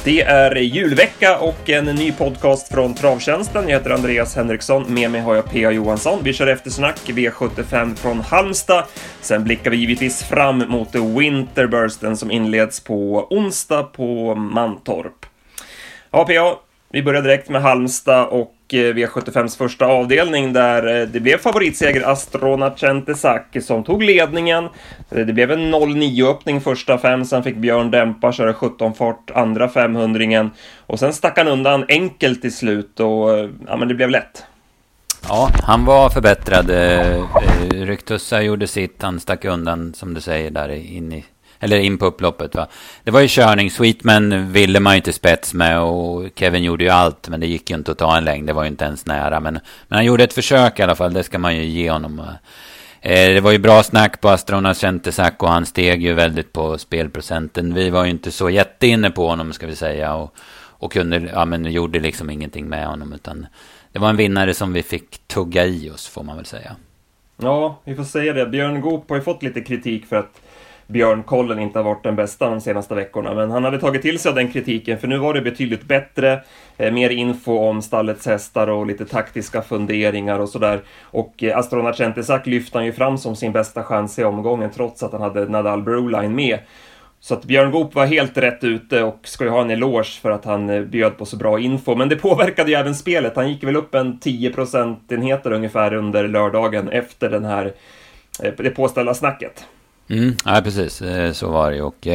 Det är julvecka och en ny podcast från Travtjänsten. Jag heter Andreas Henriksson, med mig har jag P.A. Johansson. Vi kör eftersnack V75 från Halmstad. Sen blickar vi givetvis fram mot Winterbursten som inleds på onsdag på Mantorp. Ja, P.A., vi börjar direkt med Halmstad och V75s första avdelning där det blev favoritseger Astronaut Centesac som tog ledningen. Det blev en 0-9-öppning första 5, sen fick Björn dämpa, köra 17 fart andra 500-ringen och sen stack han undan enkelt till slut och ja, men det blev lätt. Ja, han var förbättrad. Ryktussa gjorde sitt, han stack undan som du säger där in på upploppet, va. Det var ju körning, Sweetman ville man ju inte spets med och Kevin gjorde ju allt, men det gick ju inte att ta en längd, det var ju inte ens nära, men han gjorde ett försök i alla fall, det ska man ju ge honom. Det var ju bra snack på Astronaut Centesac och han steg ju väldigt på spelprocenten. Vi var ju inte så jätteinne på honom, ska vi säga, och kunde, ja, men gjorde liksom ingenting med honom, utan det var en vinnare som vi fick tugga i oss, får man väl säga. Ja, vi får säga det. Björn Goop har ju fått lite kritik för att Björnkollen inte har varit den bästa de senaste veckorna, men han hade tagit till sig av den kritiken, för nu var det betydligt bättre, mer info om stallets hästar och lite taktiska funderingar och sådär, och Astronaut Centesac lyfte han ju fram som sin bästa chans i omgången trots att han hade Nadal Broline med. Så att Björn Goop var helt rätt ute och ska ju ha en eloge för att han bjöd på så bra info, men det påverkade ju även spelet. Han gick väl upp en 10% ungefär under lördagen efter det påställda snacket. Ja, precis, så var det. Och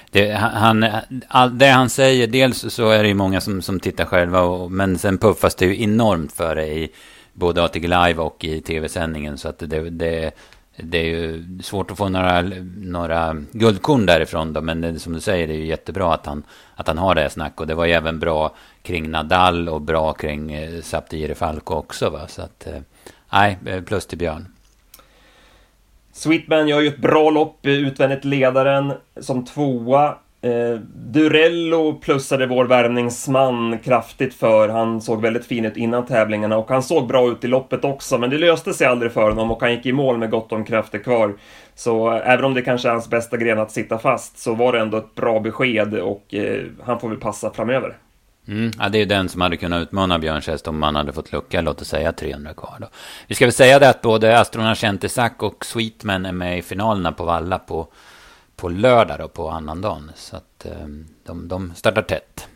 det han säger, dels så är det ju många som tittar själva, men sen puffas det ju enormt för det i både ATG Live och i tv-sändningen, så att det är ju svårt att få några guldkorn därifrån då, men som du säger, det är ju jättebra att han har det här snack, och det var ju även bra kring Nadal och bra kring Saptire Falco också, va? Så att plus till Björn. Sweetman gör ju ett bra lopp, utvändigt ledaren som tvåa. Durello plussade vår värvningsman kraftigt för. Han såg väldigt fin ut innan tävlingarna och han såg bra ut i loppet också, men det löste sig aldrig för honom och han gick i mål med gott om krafter kvar. Så även om det kanske är hans bästa gren att sitta fast, så var det ändå ett bra besked och han får väl passa framöver. Ja, det är den som hade kunnat utmana Björns häst om man hade fått lucka, låt oss säga 300 kvar då. Vi ska väl säga det att både Astronaut Centesac och Sweetman är med i finalerna på Valla på lördag och på annandagen, så att de startar tätt.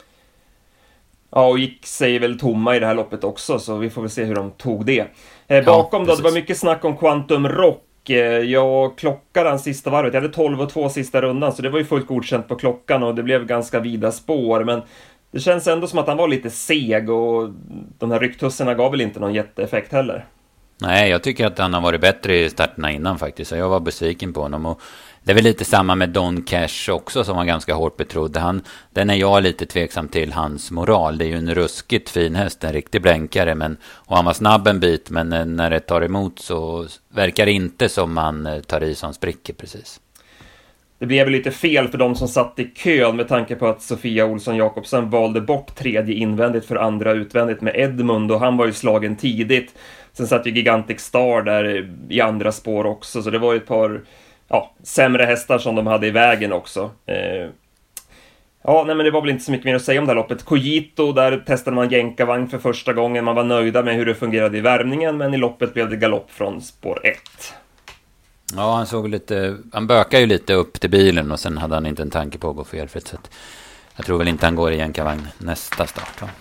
Ja, och gick sig väl tomma i det här loppet också, så vi får väl se hur de tog det. Bakom då, det var mycket snack om Quantum Rock. Jag klockade den sista varvet, jag hade 12,2 sista rundan, så det var ju fullt godkänt på klockan och det blev ganska vida spår, men det känns ändå som att han var lite seg och de här ryktusserna gav väl inte någon jätteeffekt heller. Nej, jag tycker att han har varit bättre i starterna innan faktiskt, så jag var besviken på honom. Och det är väl lite samma med Don Cash också, som var ganska hårt betrodd. Den är jag lite tveksam till, hans moral. Det är ju en ruskigt fin häst, en riktig blänkare, och han var snabb en bit, men när det tar emot så verkar det inte som man tar i som spricker precis. Det blev väl lite fel för de som satt i kön med tanke på att Sofia Olsson Jakobsen valde bort tredje invändigt för andra utvändigt med Edmund, och han var ju slagen tidigt. Sen satt ju Gigantic Star där i andra spår också, så det var ju ett par sämre hästar som de hade i vägen också. Men det var väl inte så mycket mer att säga om det här loppet. Cogito, där testade man jänkarvagn för första gången. Man var nöjda med hur det fungerade i värmningen, men i loppet blev det galopp från spår 1. Ja, han bökade ju lite upp till bilen och sen hade han inte en tanke på att gå felfritt, så att jag tror väl inte han går i jänkarvagn nästa start, va?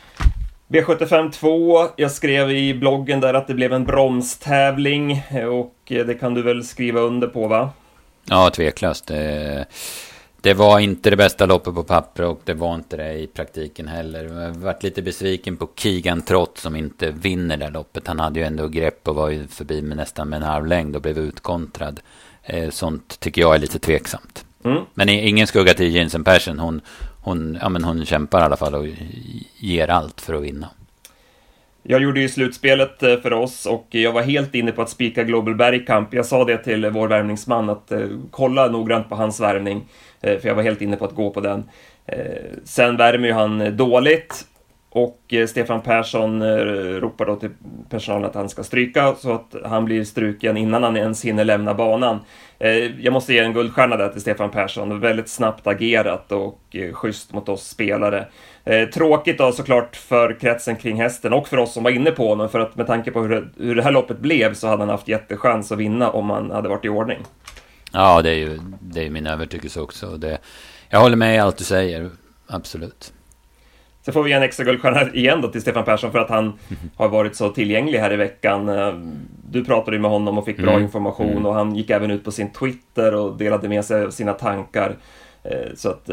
V75 2, jag skrev i bloggen där att det blev en bromstävling, och det kan du väl skriva under på, va? Ja, tveklöst. Det var inte det bästa loppet på papper, och det var inte det i praktiken heller. Jag har varit lite besviken på Keegan Trott som inte vinner det loppet. Han hade ju ändå grepp och var ju förbi med nästan en halv längd och blev utkontrad. Sånt tycker jag är lite tveksamt. Men ingen skugga till Jensen Persson. Hon kämpar i alla fall och ger allt för att vinna. Jag gjorde ju slutspelet för oss och jag var helt inne på att spika Global Bergkamp. Jag sa det till vår värvningsman att kolla noggrant på hans värvning, för jag var helt inne på att gå på den. Sen värmer ju han dåligt Och Stefan Persson ropar då till personalen att han ska stryka, så att han blir struken innan han ens hinner lämna banan. Jag måste ge en guldstjärna där till Stefan Persson. Väldigt snabbt agerat och schysst mot oss spelare. Tråkigt då såklart för kretsen kring hästen och för oss som var inne på honom, för att med tanke på hur det här loppet blev så hade han haft jättechans att vinna om han hade varit i ordning. Ja, det är min övertygelse också. Jag håller med i allt du säger, absolut. Så får vi en extra guldstjärna igen då till Stefan Persson för att han har varit så tillgänglig här i veckan. Du pratade ju med honom och fick bra information och han gick även ut på sin Twitter och delade med sig av sina tankar. Så att,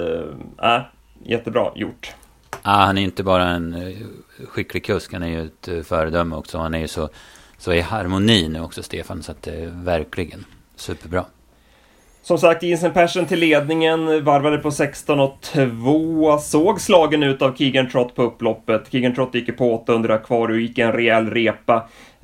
jättebra gjort. Han är inte bara en skicklig kusk, han är ju ett föredöme också. Han är ju så i harmoni nu också, Stefan, så att det är verkligen superbra. Som sagt, Jensen Persson till ledningen, varvade på 16,2, såg slagen ut av Keegan Trott på upploppet. Keegan Trott gick på 800 kvar och gick en rejäl repa.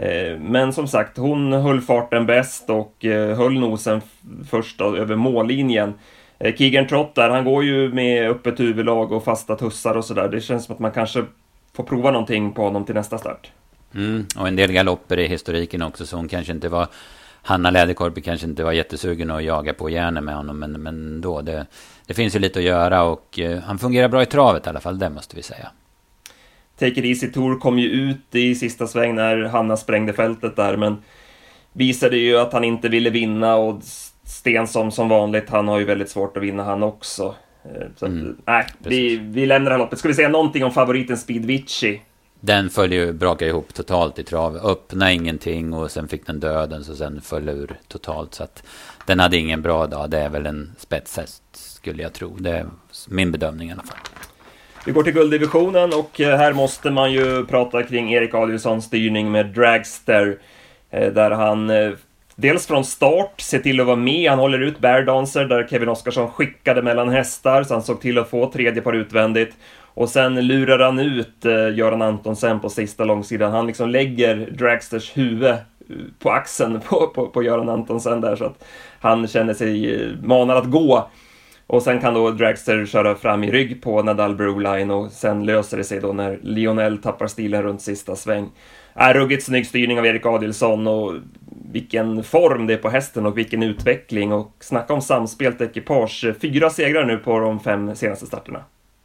Men som sagt, hon höll farten bäst och höll nosen först över mållinjen. Keegan Trott där, han går ju med öppet huvudlag och fasta tussar och sådär. Det känns som att man kanske får prova någonting på honom till nästa start. Och en del galopper i historiken också, så hon kanske inte var... Hanna Läderkorpi kanske inte var jättesugen att jaga på järnen med honom, men då, det finns ju lite att göra och han fungerar bra i travet i alla fall, det måste vi säga. Take It Easy Tour kom ju ut i sista sväng när Hanna sprängde fältet där, men visade ju att han inte ville vinna, och Stensson som vanligt, han har ju väldigt svårt att vinna han också. Så att, vi lämnar det här loppet. Ska vi säga någonting om favoriten Speed Vici? Den följer ju, brakade ihop totalt i trav. Öppna ingenting och sen fick den döden, så sen föll ur totalt. Så att den hade ingen bra dag. Det är väl en spetshäst skulle jag tro. Det är min bedömning i alla fall. Vi går till gulddivisionen och här måste man ju prata kring Erik Adielssons styrning med Dragster. Där han dels från start ser till att vara med. Han håller ut Bear Dancer där Kevin Oskarsson skickade mellan hästar, så han såg till att få tredje par utvändigt. Och sen lurar han ut Göran Antonsen på sista långsidan. Han liksom lägger Dragsters huvud på axeln på Göran Antonsen där, så att han känner sig manad att gå. Och sen kan då Dragster köra fram i rygg på Nadal Broline, och sen löser det sig då när Lionel tappar stilen runt sista sväng. Ruggigt snygg styrning av Erik Adielsson, och vilken form det är på hästen och vilken utveckling. Och snacka om samspelt ekipage. 4 segrar nu på de 5 senaste starterna.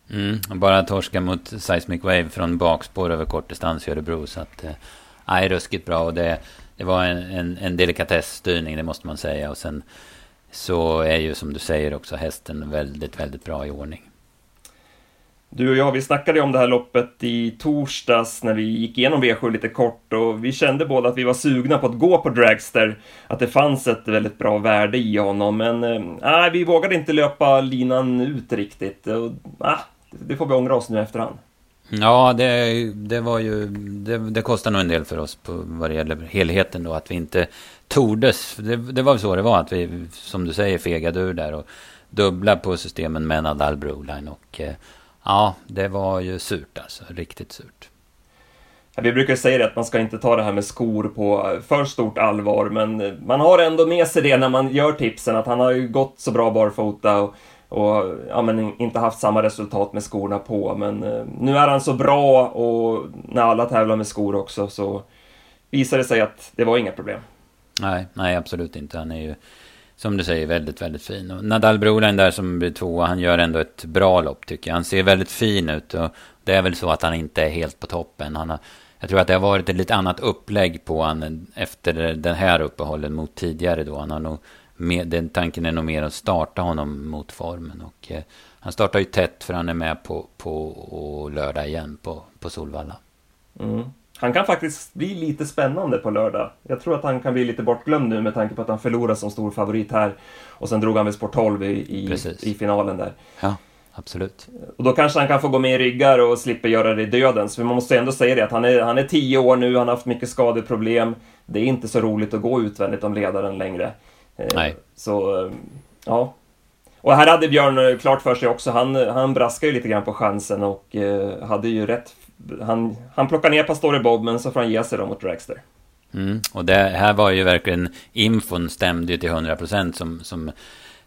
Bara torska mot Seismic Wave från bakspår över kortdistans i Örebro, så att ruskigt bra, och det var en delikatessstyrning, det måste man säga. Och sen så är ju, som du säger också, hästen väldigt, väldigt bra i ordning. Du och jag, vi snackade om det här loppet i torsdags när vi gick igenom V7 lite kort, och vi kände båda att vi var sugna på att gå på Dragster, att det fanns ett väldigt bra värde i honom, men vi vågade inte löpa linan ut riktigt, och det får vi ångra oss nu efterhand. Ja, det var ju det kostar nog en del för oss på vad det gäller helheten då, att vi inte tordes. Det var så det var, att vi, som du säger, fegade ur där och dubbla på systemen med Nadal Broline, och det var ju surt alltså, riktigt surt. Vi brukar säga det att man ska inte ta det här med skor på för stort allvar, men man har ändå med sig det när man gör tipsen, att han har ju gått så bra barfota och men inte haft samma resultat med skorna på, men nu är han så bra, och när alla tävlar med skor också så visar det sig att det var inga problem. Nej, absolut inte. Han är ju, som du säger, väldigt, väldigt fin. Och Nadal Broline där som blir 2, han gör ändå ett bra lopp tycker jag. Han ser väldigt fin ut, och det är väl så att han inte är helt på toppen. Jag tror att det har varit ett lite annat upplägg på han efter den här uppehållen mot tidigare då. Han har nog den tanken är nog mer att starta honom mot formen, och han startar ju tätt för han är med på lördag igen på Solvalla. Han kan faktiskt bli lite spännande på lördag. Jag tror att han kan bli lite bortglömd nu med tanke på att han förlorar som stor favorit här, och sen drog han väl sport 12 i finalen där. Ja, absolut. Och då kanske han kan få gå med i ryggar och slippa göra det i döden. Så man måste ändå säga det, att han är 10 år nu, han har haft mycket skadeproblem. Det är inte så roligt att gå utvändigt om ledaren längre. Nej. Så, ja. Och här hade Björn klart för sig också. Han braskar ju lite grann på chansen, och hade ju rätt. Han plockar ner Pastore Bob, men så får han ge sig då mot Dragster. Och det här var ju verkligen, infon stämde ju till 100%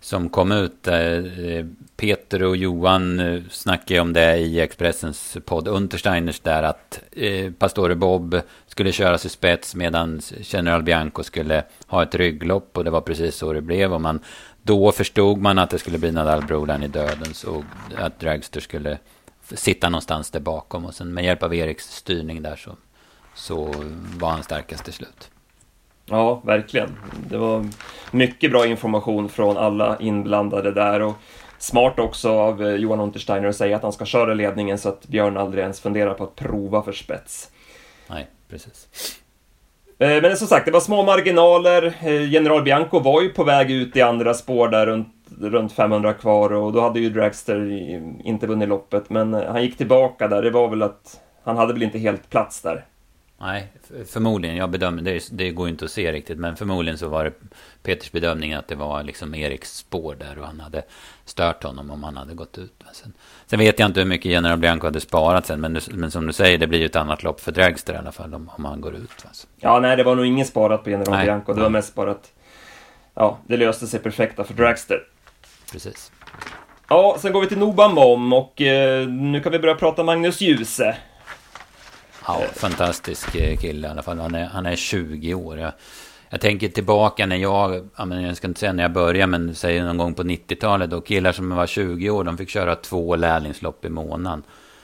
som kom ut. Peter och Johan snackade om det i Expressens podd Untersteiners där att Pastore Bob skulle köras i spets medan General Bianco skulle ha ett rygglopp, och det var precis så det blev. Och då förstod man att det skulle bli Nadal-brodern i döden, så att Dragster skulle sitta någonstans där bakom, och sen med hjälp av Eriks styrning där så var han starkast till slut. Ja, verkligen. Det var mycket bra information från alla inblandade där, och smart också av Johan Untersteiner att säga att han ska köra ledningen så att Björn aldrig ens funderar på att prova för spets. Nej, precis. Men som sagt, det var små marginaler. General Bianco var ju på väg ut i andra spår där runt 500 kvar, och då hade ju Dragster inte vunnit loppet, men han gick tillbaka där. Det var väl att han hade väl inte helt plats där. Nej, förmodligen. Jag bedömer, det går inte att se riktigt, men förmodligen så var det Peters bedömning att det var liksom Eriks spår där, och han hade stört honom om han hade gått ut. Sen vet jag inte hur mycket General Bianco hade sparat sen, men som du säger, det blir ju ett annat lopp för Dragster i alla fall om han går ut. Alltså. Ja, nej, det var nog ingen sparat på General Bianco. Det var mest bara att det löste sig perfekta för Dragster. Precis. Ja, sen går vi till Nova Mom, och nu kan vi börja prata Magnus Djuse. Ja, fantastisk kille i alla fall. Han är 20 år. Jag tänker tillbaka när jag ska inte säga när jag började, men säger någon gång på 90-talet då, killar som var 20 år, de fick köra 2 lärlingslopp i månaden.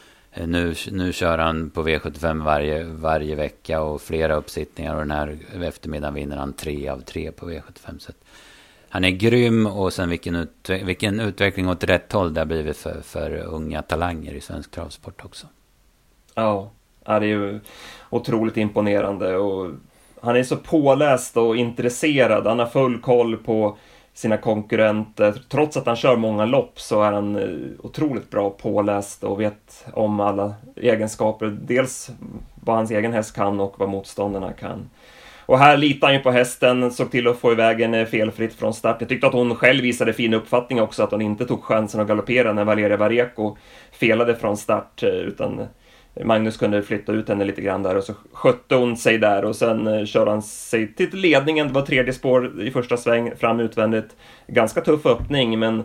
Nu kör han på V75 varje vecka och flera uppsittningar, och den här eftermiddagen vinner han 3 av 3 på V75. Så han är grym, och sen vilken utveckling åt rätt håll det har blivit för unga talanger i svensk travsport också. Ja, det är ju otroligt imponerande, och han är så påläst och intresserad. Han har full koll på sina konkurrenter. Trots att han kör många lopp så är han otroligt bra påläst och vet om alla egenskaper. Dels vad hans egen häst kan och vad motståndarna kan. Och här litar han ju på hästen, såg till att få iväg en felfritt från start. Jag tyckte att hon själv visade fin uppfattning också, att hon inte tog chansen att galoppera när Valeria Vareko felade från start, utan Magnus kunde flytta ut henne lite grann där, och så skötte hon sig där, och sen körde han sig till ledningen. Det var 3:e spår i första sväng, fram utvändigt. Ganska tuff öppning, men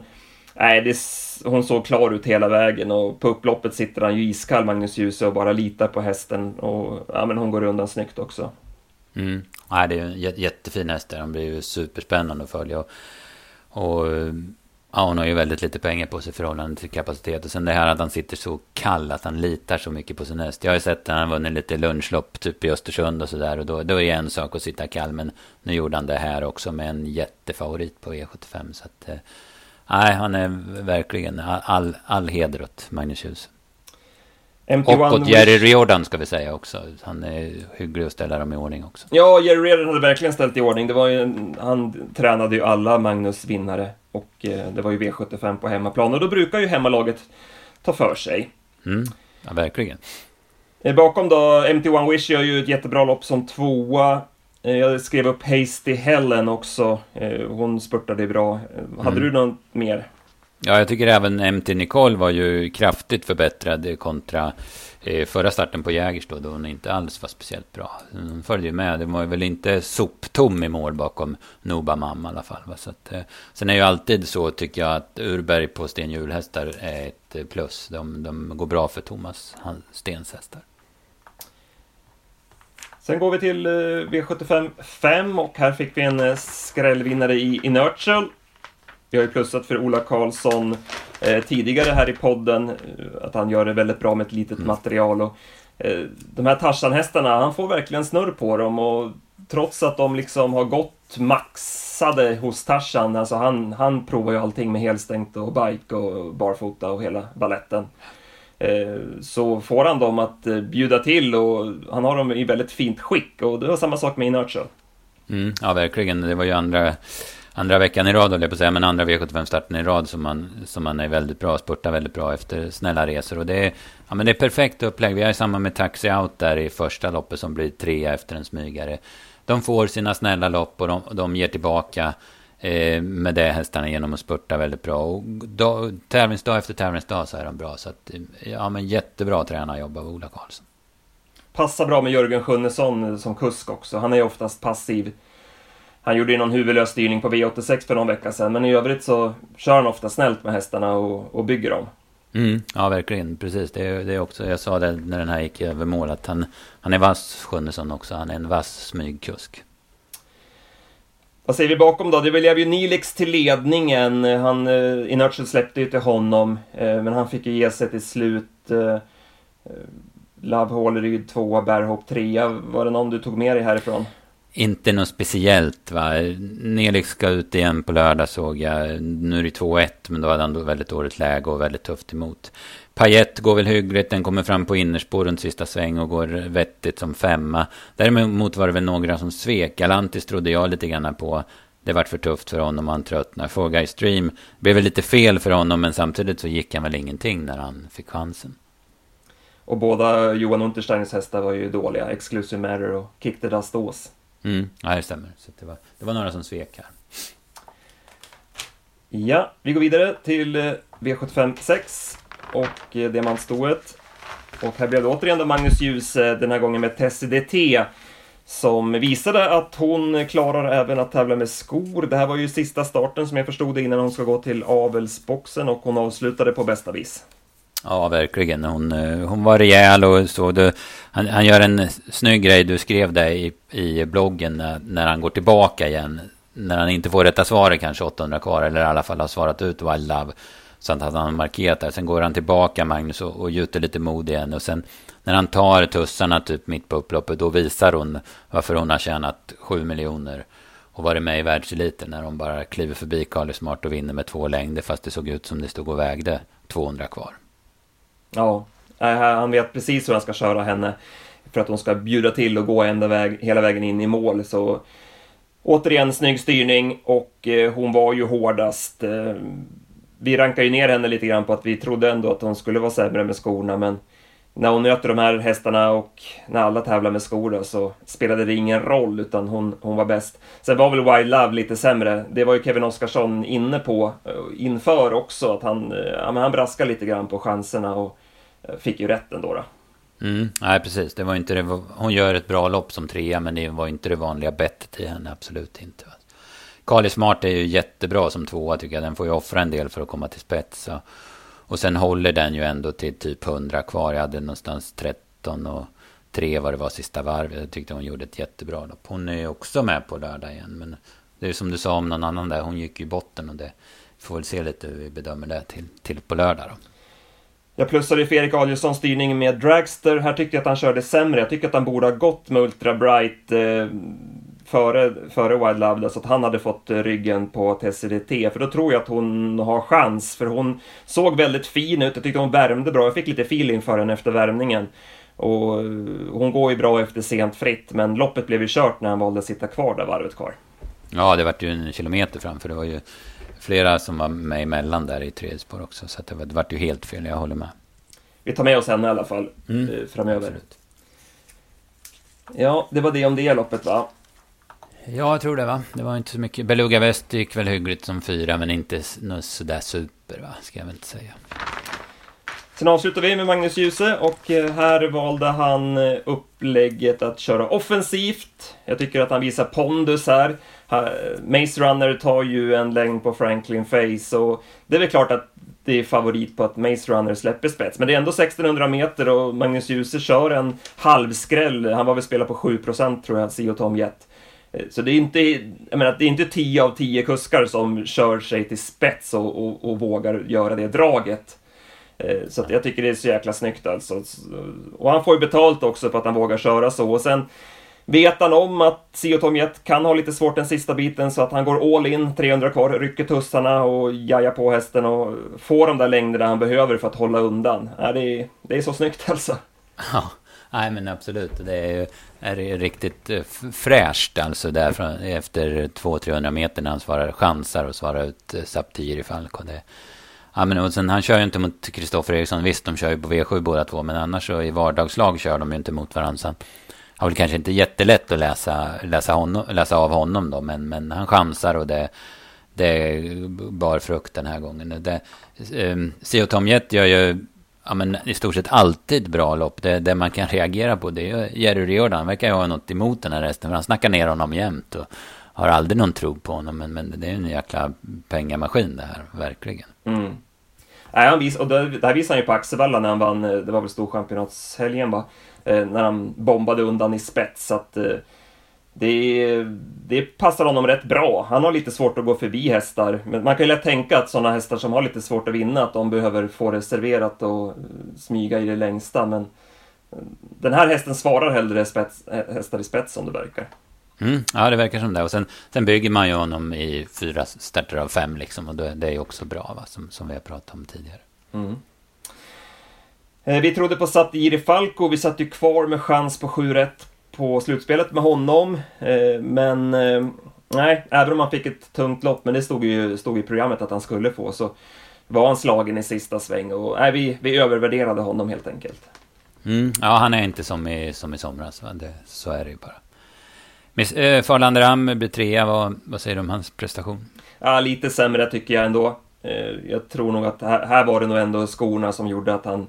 hon såg klar ut hela vägen, och på upploppet sitter han ju iskall, Magnus Djuse, och bara litar på hästen, och men hon går undan snyggt också. Ja, det är en jättefin häst där. Han blir ju superspännande att följa, och hon har ju väldigt lite pengar på sig i förhållande till kapacitet. Och sen det här att han sitter så kall, att han litar så mycket på sin häst. Jag har ju sett att han vunnit lite lunchlopp typ i Östersund och sådär. Och då är det en sak att sitta kall. Men nu gjorde han det här också med en jättefavorit på E75. Så att, han är verkligen all heder åt Magnus Djuse. Och åt Jerry Riordan ska vi säga också. Han är hygglig att ställa dem i ordning också. Ja, Jerry Riordan hade verkligen ställt i ordning. Det var han tränade ju alla Magnus vinnare, och det var ju V75 på hemmaplan, och då brukar ju hemmalaget ta för sig. Ja, verkligen. Bakom då, MT1 Wish gör ju ett jättebra lopp som 2:a. Jag skrev upp Hasty Helen också. Hon spurtade bra. Hade du något mer? Ja, jag tycker även MT Nicole var ju kraftigt förbättrad kontra förra starten på Jägers då hon inte alls var speciellt bra. Hon följde ju med. Det var väl inte soptom i mål bakom Nova Mom i alla fall. Så att, sen är ju alltid så, tycker jag, att Urberg på Sten Hjulhästar är ett plus. De går bra för Thomas Stens hästar. Sen går vi till V75 5, och här fick vi en skrällvinnare i Inertial. Vi har ju plussat för Ola Karlsson tidigare här i podden, att han gör det väldigt bra med ett litet material, och de här Tarzan-hästarna, han får verkligen snurr på dem, och trots att de liksom har gått maxade hos Tarzan, alltså han provar ju allting med helstängt och bike och barfota och hela balletten, så får han dem att bjuda till, och han har dem i väldigt fint skick, och det var samma sak med Inertial. Ja, verkligen. Det var ju andra veckan i rad, eller på att säga, men andra V75-starten i rad som man är väldigt bra, spurtar väldigt bra efter snälla resor, och det är perfekt upplägg. Vi är samma med Taxi Out där i första loppet som blir 3 efter en smygare. De får sina snälla lopp, och de ger tillbaka med det hästarna genom att spurta väldigt bra, och tävlingsdag efter tävlingsdag så är de bra, så att jättebra tränarjobb av Ola Karlsson. Passar bra med Jörgen Sjunnesson som kusk också. Han är ju oftast passiv. Han gjorde ju någon huvudlös styrning på V86 för någon vecka sedan, men i övrigt så kör han ofta snällt med hästarna och bygger dem. Ja, verkligen. Precis. Det är också, jag sa det när den här gick över mål, att han är vass, Sjunnesson också. Han är en vass smygkusk. Vad säger vi bakom då? Det blev ju Nilix till ledningen. Inertial släppte ju till honom, men han fick ju ge sig till slut. Love Håleryd 2, Berghopp 3. Var det någon du tog med dig härifrån? Inte något speciellt, va. Nelix ska ut igen på lördag, såg jag. Nu är det 2-1, men då hade han då väldigt dåligt läge och väldigt tufft emot. Payet går väl hyggligt, den kommer fram på innerspår runt sista sväng och går vettigt som 5. Däremot var det väl några som svek. Galantis trodde jag lite grann på. Det var för tufft för honom och han tröttnar. Fall Guy Stream blev väl lite fel för honom, men samtidigt så gick han väl ingenting när han fick chansen. Och båda Johan Untersteiners hästar var ju dåliga. Exclusive Matter och Kick the Dust Ås. Ja, det stämmer. Så det var några som svek här. Ja, vi går vidare till V75 6 och diamantstoet. Och här blev det återigen då Magnus Djuse, den här gången med Tessie DT, som visade att hon klarar även att tävla med skor. Det här var ju sista starten som jag förstod innan hon ska gå till avelsboxen, och hon avslutade på bästa vis. Ja, verkligen. Hon var rejäl och så. Han gör en snygg grej. Du skrev det i bloggen när han går tillbaka igen. När han inte får rätta svaret, kanske 800 kvar. Eller i alla fall har svarat ut Wild Love. Så att han har markerat där. Sen går han tillbaka, Magnus, och gjuter lite mod igen. Och sen när han tar tussarna typ mitt på upploppet, då visar hon varför hon har tjänat 7 miljoner. Och var det med i världseliten när hon bara kliver förbi Carly Smart och vinner med 2 längder. Fast det såg ut som det stod och vägde 200 kvar. Ja, han vet precis hur han ska köra henne för att hon ska bjuda till och gå hela vägen in i mål. Så återigen snygg styrning, och hon var ju hårdast. Vi rankar ju ner henne lite grann på att vi trodde ändå att hon skulle vara sämre med skorna, men när hon möter de här hästarna och när alla tävlar med skor då, så spelade det ingen roll, utan hon var bäst. Sen var väl Wild Love lite sämre. Det var ju Kevin Oskarsson inne på inför också, att han braskade lite grann på chanserna och fick ju rätt ändå då. Nej, precis. Det var inte det. Hon gör ett bra lopp som 3, men det var inte det vanliga bettet i henne, absolut inte. Carly Smart är ju jättebra som 2, tycker jag. Den får ju offra en del för att komma till spets. Och sen håller den ju ändå till typ 100 kvar. Jag hade någonstans 13 och 3 vad det var sista varv. Jag tyckte hon gjorde ett jättebra lopp. Hon är ju också med på lördag igen. Men det är som du sa om någon annan där. Hon gick i botten, och det får väl se lite hur vi bedömer det till på lördag då. Jag plussade för Erik Adielssons styrning med Dragster. Här tyckte jag att han körde sämre. Jag tycker att han borde ha gått med Ultra Bright före Wild Love, så att han hade fått ryggen på TCDT, för då tror jag att hon har chans, för hon såg väldigt fin ut. Jag tyckte hon värmde bra. Jag fick lite feeling för henne efter värmningen, och hon går ju bra efter sent fritt, men loppet blev ju kört när han valde att sitta kvar där varvet kvar. Ja, det var ju 1 kilometer framför. Det var ju flera som var med emellan där i tredje spår också, så att det var ju helt fel. Jag håller med. Vi tar med oss henne i alla fall framöver. Absolut. Ja, det var det om det loppet, va? Ja, jag tror det, va. Det var inte så mycket. Beluga Väst gick väl hyggligt som 4, men inte sådär super, va, ska jag väl inte säga. Sen avslutar vi med Magnus Djuse, och här valde han upplägget att köra offensivt. Jag tycker att han visar pondus här. Maze Runner tar ju en längd på Franklin Face, och det är väl klart att det är favorit på att Maze Runner släpper spets. Men det är ändå 1600 meter och Magnus Djuse kör en halvskräll. Han var väl spelad på 7% tror jag, Sio Tom Jet. Så det är inte, jag menar, det är inte 10 av 10 kuskar som kör sig till spets och vågar göra det draget. Så att jag tycker det är så jäkla snyggt alltså. Och han får ju betalt också för att han vågar köra så. Och sen vet han om att Sio Tom Jet kan ha lite svårt den sista biten, så att han går all in, 300 kvar, rycker tussarna och jajar på hästen och får de där längderna han behöver för att hålla undan. Det är så snyggt alltså. Ja, nej men absolut. Det är riktigt fräscht alltså där efter 200-300 meter när han svarar chansar och svarar ut Saptir i Falco. Ja, men och sen, han kör ju inte mot Kristoffer Eriksson. Visst, de kör ju på V7 båda två, men annars så i vardagslag kör de ju inte mot varandra. Så har väl kanske inte jättelätt att läsa av honom då, men han chansar och det bar frukt den här gången. Sio Tom Jet gör ju i stort sett alltid bra lopp. Det man kan reagera på, det är ju Jerry Riordan. Han verkar ju ha något emot den här resten, för han snackar ner honom jämt har aldrig någon tro på honom, men det är en jäkla pengamaskin det här, verkligen. Nej, det här visade han ju på Axevalla när han vann, det var väl storchampionatshelgen va? När han bombade undan i spets, så att det passar honom rätt bra. Han har lite svårt att gå förbi hästar, men man kan ju lätt tänka att sådana hästar som har lite svårt att vinna, att de behöver få det serverat och smyga i det längsta, men den här hästen svarar hellre hästar i spets som det verkar. Ja, det verkar som det. Och sen bygger man ju honom i 4 starter av 5 liksom, och det är ju också bra va? Som vi har pratat om tidigare. Vi trodde på Satiri Falco. Vi satt ju kvar med chans på 7-1 på slutspelet med honom, men nej, även om han fick ett tungt lopp, men det stod i programmet att han skulle få, så var han slagen i sista sväng, och nej, vi övervärderade honom helt enkelt. Ja, han är inte som i somras, så är det ju bara. Farlanderam blir 3. Vad säger du om hans prestation? Ja, lite sämre tycker jag ändå. Jag tror nog att här var det nog ändå skorna som gjorde att han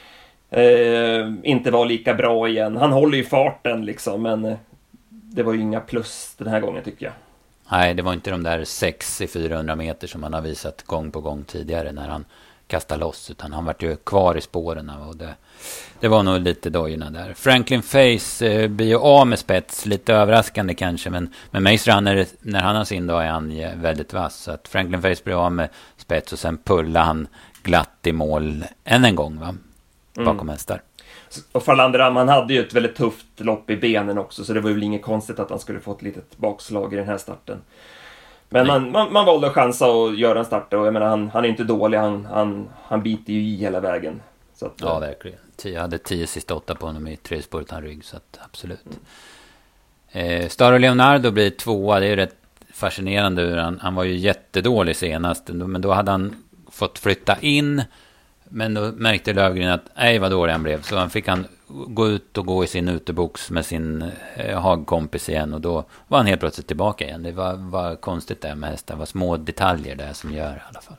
inte var lika bra igen. Han håller ju farten liksom, men det var ju inga plus den här gången tycker jag. Nej, det var inte de där 6 i 400 meter som han har visat gång på gång tidigare när han kastade loss, utan han var ju kvar i spåren, och det var nog lite dojorna där. Franklin Face blir ju av med spets, lite överraskande kanske, men Mace Runner, när han har sin dag är han väldigt vass, så att Franklin Face blir av med spets och sen pullar han glatt i mål än en gång va? Bakom hästar. Och Farlanderam, han hade ju ett väldigt tufft lopp i benen också, så det var ju inget konstigt att han skulle få ett litet bakslag i den här starten. Men man valde att chansa och göra en start, och jag menar, han är inte dålig, han biter ju i hela vägen. Så att, ja, verkligen. Jag hade 10 sista 8 på honom i 3 spår utan rygg, så att absolut. Star och Leonardo blir 2. Det är ju rätt fascinerande. Han var ju jättedålig senast, men då hade han fått flytta in, men då märkte Lövgren att vad dålig han blev, så fick han gå ut och gå i sin utebox med sin hagkompis igen, och då var han helt plötsligt tillbaka igen. Det var konstigt där med hästar, det var små detaljer där som gör i alla fall.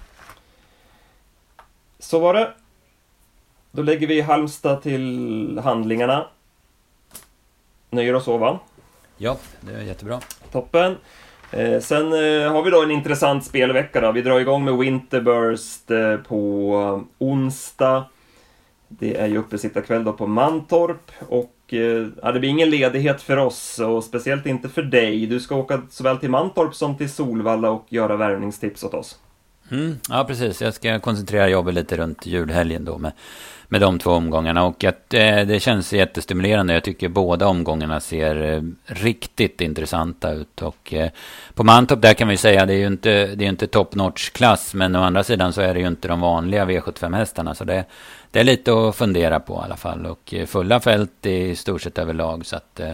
Så var det. Då lägger vi Halmstad till handlingarna. Nöjer oss så va? Ja, det är jättebra. Toppen. Sen har vi då en intressant spelvecka då. Vi drar igång med Winterburst på onsdag. Det är ju uppesittarkväll då på Mantorp, och det blir ingen ledighet för oss, och speciellt inte för dig. Du ska åka såväl till Mantorp som till Solvalla och göra värvningstips åt oss. Ja, precis. Jag ska koncentrera jobbet lite runt julhelgen då med de 2 omgångarna, och att det känns jättestimulerande. Jag tycker båda omgångarna ser riktigt intressanta ut, och på Mantorp där kan vi säga det är ju inte top notch klass, men å andra sidan så är det ju inte de vanliga V75-hästarna, så det är lite att fundera på i alla fall, och fulla fält i stort sett överlag, så att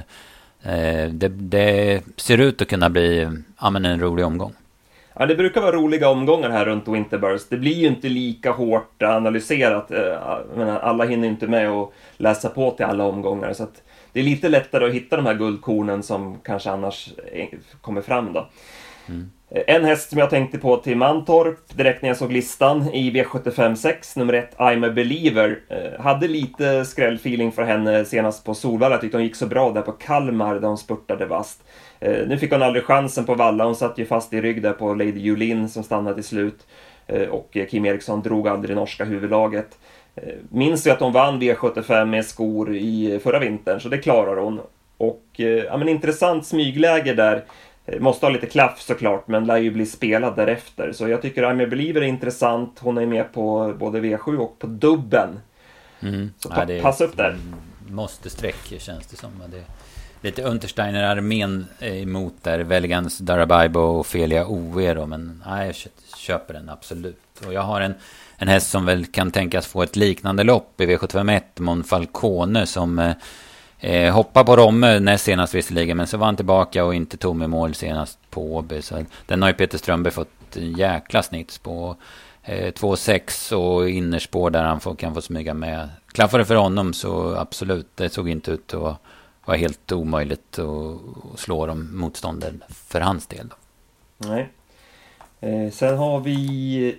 det ser ut att kunna bli en rolig omgång. Ja, det brukar vara roliga omgångar här runt Winterburst. Det blir ju inte lika hårt analyserat. Alla hinner inte med att läsa på till alla omgångar. Så att det är lite lättare att hitta de här guldkornen som kanske annars kommer fram då. En häst som jag tänkte på till Mantorp direkt när jag såg listan i V75-6, nummer 1, I'm a Believer. Hade lite skrällfeeling för henne senast på Solvalla. Jag tyckte hon gick så bra där på Kalmar där hon spurtade vast. Nu fick hon aldrig chansen på Valla. Hon satt ju fast i rygg där på Lady Julin som stannade till slut. Och Kim Eriksson drog aldrig det norska huvudlaget. Minns ju att hon vann V75 med skor i förra vintern, så det klarar hon. Och intressant smygläge där. Måste ha lite klaff såklart, men lär ju bli spelad därefter. Så jag tycker I'm a Believer är intressant. Hon är med på både V7 och på dubben. Så pass upp där. Måste sträck känns det som. Det är lite Untersteiner-armén emot där. Velgans Darabaibo och Felia OE då. Men jag köper den absolut. Och jag har en häst som väl kan tänkas få ett liknande lopp i V751. Monfalcone som... hoppa på Romme näst senast visserligen, men så var han tillbaka och inte tom i mål senast på Åby, så den har ju Peter Strömberg fått en jäkla snitt på 2,6 och innerspår där han kan få smyga med. Klaffade för honom så absolut, det såg inte ut att vara helt omöjligt att slå dem motstånden för hans del då. Nej. Sen har vi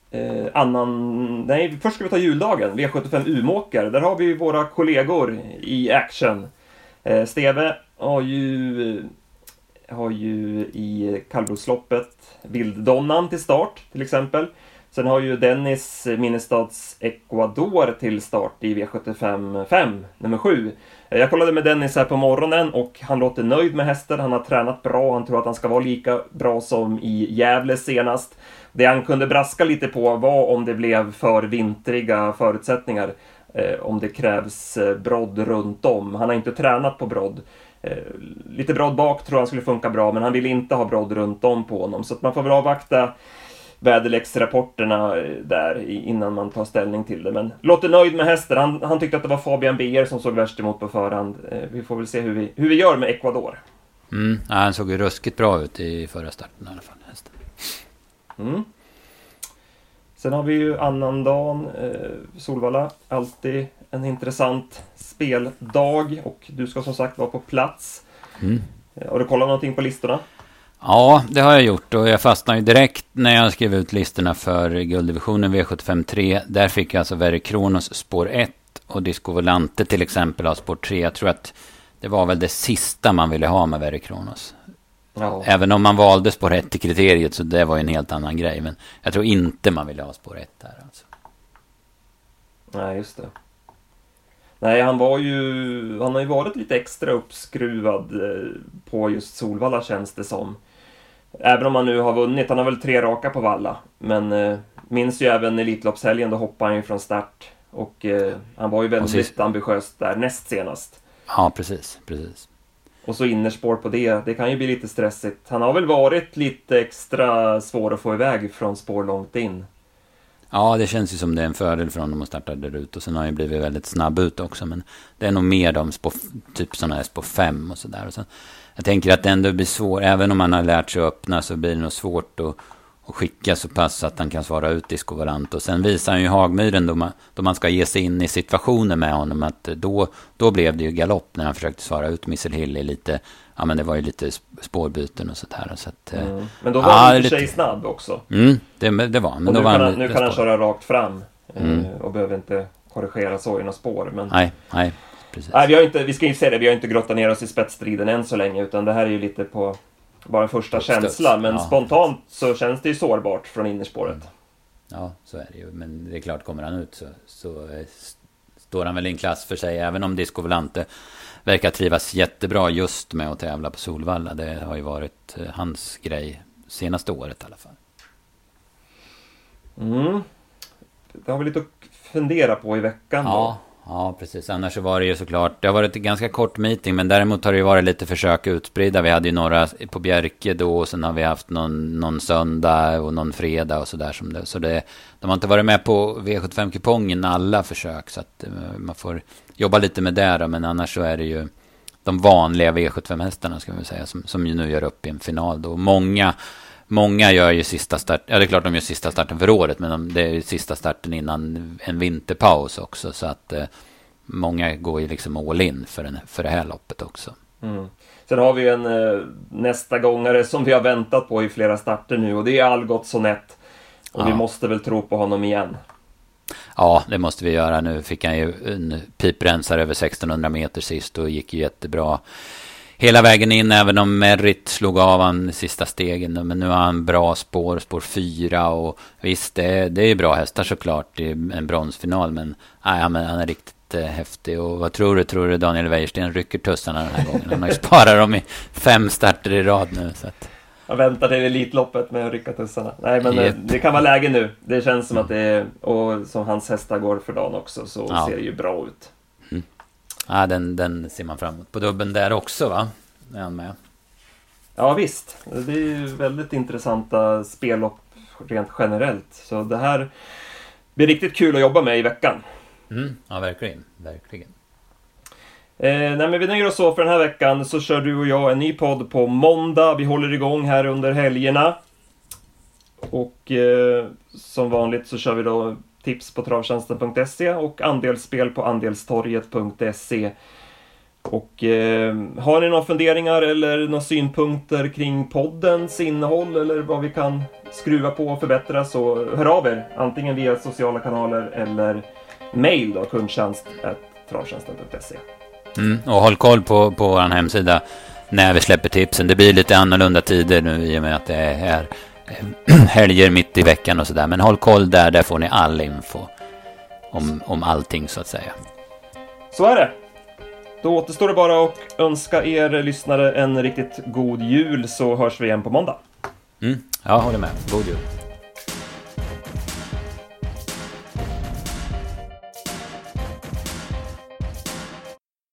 först ska vi ta juldagen, V75 Umeåker. Där har vi våra kollegor i action. Steve har ju har ju i kallblodsloppet Vilddonnan till start till exempel. Sen har ju Dennis Minnestads Ecuador till start i V75 5, nummer 7. Jag kollade med Dennis här på morgonen och han låter nöjd med hästen. Han har tränat bra, han tror att han ska vara lika bra som i Gävle senast. Det han kunde braska lite på var om det blev för vintriga förutsättningar. Om det krävs brodd runt om. Han har inte tränat på brodd. Lite brodd bak tror han skulle funka bra, men han vill inte ha brodd runt om på honom. Så att man får väl avvakta väderleksrapporterna där innan man tar ställning till det. Men låter nöjd med hästen. Han tyckte att det var Fabian Beer som såg värst emot på förhand. Vi får väl se hur vi gör med Ecuador. Ja, han såg ju ruskigt bra ut i förra starten i alla fall, hästen. Sen har vi ju annandagen, Solvalla, alltid en intressant speldag och du ska som sagt vara på plats. Har du kollat någonting på listorna? Ja, det har jag gjort och jag fastnade ju direkt när jag skrev ut listorna för gulddivisionen V75-3. Där fick jag alltså Verre Kronos spår 1 och Disco Volante till exempel har spår 3. Jag tror att det var väl det sista man ville ha med Verre Kronos. Ja. Även om man valde spår 1 i kriteriet så det var ju en helt annan grej. Men jag tror inte man ville ha spår 1 här alltså. Nej, just det. Nej, han har ju varit lite extra uppskruvad på just Solvalla känns det som. Även om han nu har vunnit, han har väl 3 raka på Valla. Men minns ju även Elitloppshelgen, då hoppade han ju från start. Och han var ju väldigt ambitiös där näst senast. Ja, precis. Och så innerspår på det kan ju bli lite stressigt. Han har väl varit lite extra svår att få iväg från spår långt in. Ja, det känns ju som det är en fördel för honom att starta där ut. Och sen har han ju blivit väldigt snabb ut också. Men det är nog mer de typ sådana här spår 5 och sådär. Och sen, jag tänker att det ändå blir svårt. Även om man har lärt sig att öppna så blir det nog svårt att skicka så pass att han kan svara ut Disco Volante. Och sen visar han ju Hagmyren då man ska ge sig in i situationer med honom. Att då blev det ju galopp när han försökte svara ut Missile Hill i lite... Ja, men det var ju lite spårbyten och sådär. Så att, men då var han lite sig snabb också. Det var. Men och då nu kan han köra rakt fram och behöver inte korrigera så i några spår. Men... Nej, precis. Nej, vi ska ju säga det, vi har inte grottat ner oss i spetsstriden än så länge, utan det här är ju lite på bara en första känsla. Men spontant så känns det ju sårbart från innerspåret. Ja, så är det ju. Men det är klart, kommer han ut så står han väl i en klass för sig. Även om Disco Volante verkar trivas jättebra just med att tävla på Solvalla. Det har ju varit hans grej senaste året i alla fall. Det har vi lite att fundera på i veckan då. Ja, precis. Annars så var det ju såklart... Det har varit ett ganska kort meeting, men däremot har det ju varit lite försök utspridda. Vi hade ju några på Bjerke då, och sen har vi haft någon söndag och någon fredag och sådär. De har inte varit med på V75-kupongen alla försök, så att man får jobba lite med det då. Men annars så är det ju de vanliga V75-hästarna, ska vi säga, som ju nu gör upp i en final då. Många gör ju sista start. Ja, det är klart de gör sista starten för året, men det är ju sista starten innan en vinterpaus också, så att många går ju liksom all in för det här loppet också. Sen har vi en nästa gångare som vi har väntat på i flera starter nu, och det är Algot Sonett. Och vi måste väl tro på honom igen. Ja, det måste vi göra. Nu fick han ju en piprensare över 1600 meter sist och gick ju jättebra hela vägen in, även om Merritt slog av han sista stegen. Men nu har han bra spår 4, och visst, det är ju bra hästar såklart i en bronsfinal, men han är riktigt häftig. Och vad tror du Daniel Wäjersten rycker tussarna den här gången? Han har ju sparat dem i 5 starter i rad nu, så att... Jag väntar till Elitloppet med att rycka tussarna. Nej, men det kan vara läge nu. Det känns som att det är, och som hans hästar går för dagen också, så ser det ju bra ut. Ja, den ser man fram emot. På dubben där också, va? Är han med? Ja, visst. Det är ju väldigt intressanta spellopp rent generellt. Så det här blir riktigt kul att jobba med i veckan. Ja, verkligen. Nej, men vi nöjer oss så för den här veckan. Så kör du och jag en ny podd på måndag. Vi håller igång här under helgerna. Och som vanligt så kör vi då tips på travtjänsten.se och andelsspel på andelstorget.se. Och har ni några funderingar eller några synpunkter kring poddens innehåll eller vad vi kan skruva på och förbättra, så hör av er antingen via sociala kanaler eller mail då, kundtjänst@travtjänsten.se. Och håll koll på vår hemsida när vi släpper tipsen. Det blir lite annorlunda tider nu i och med att det är helger mitt i veckan och sådär. Men håll koll där får ni all info om allting så att säga. Så är det. Då återstår det bara att önska er lyssnare en riktigt god jul, så hörs vi igen på måndag. Jag håller med. God jul.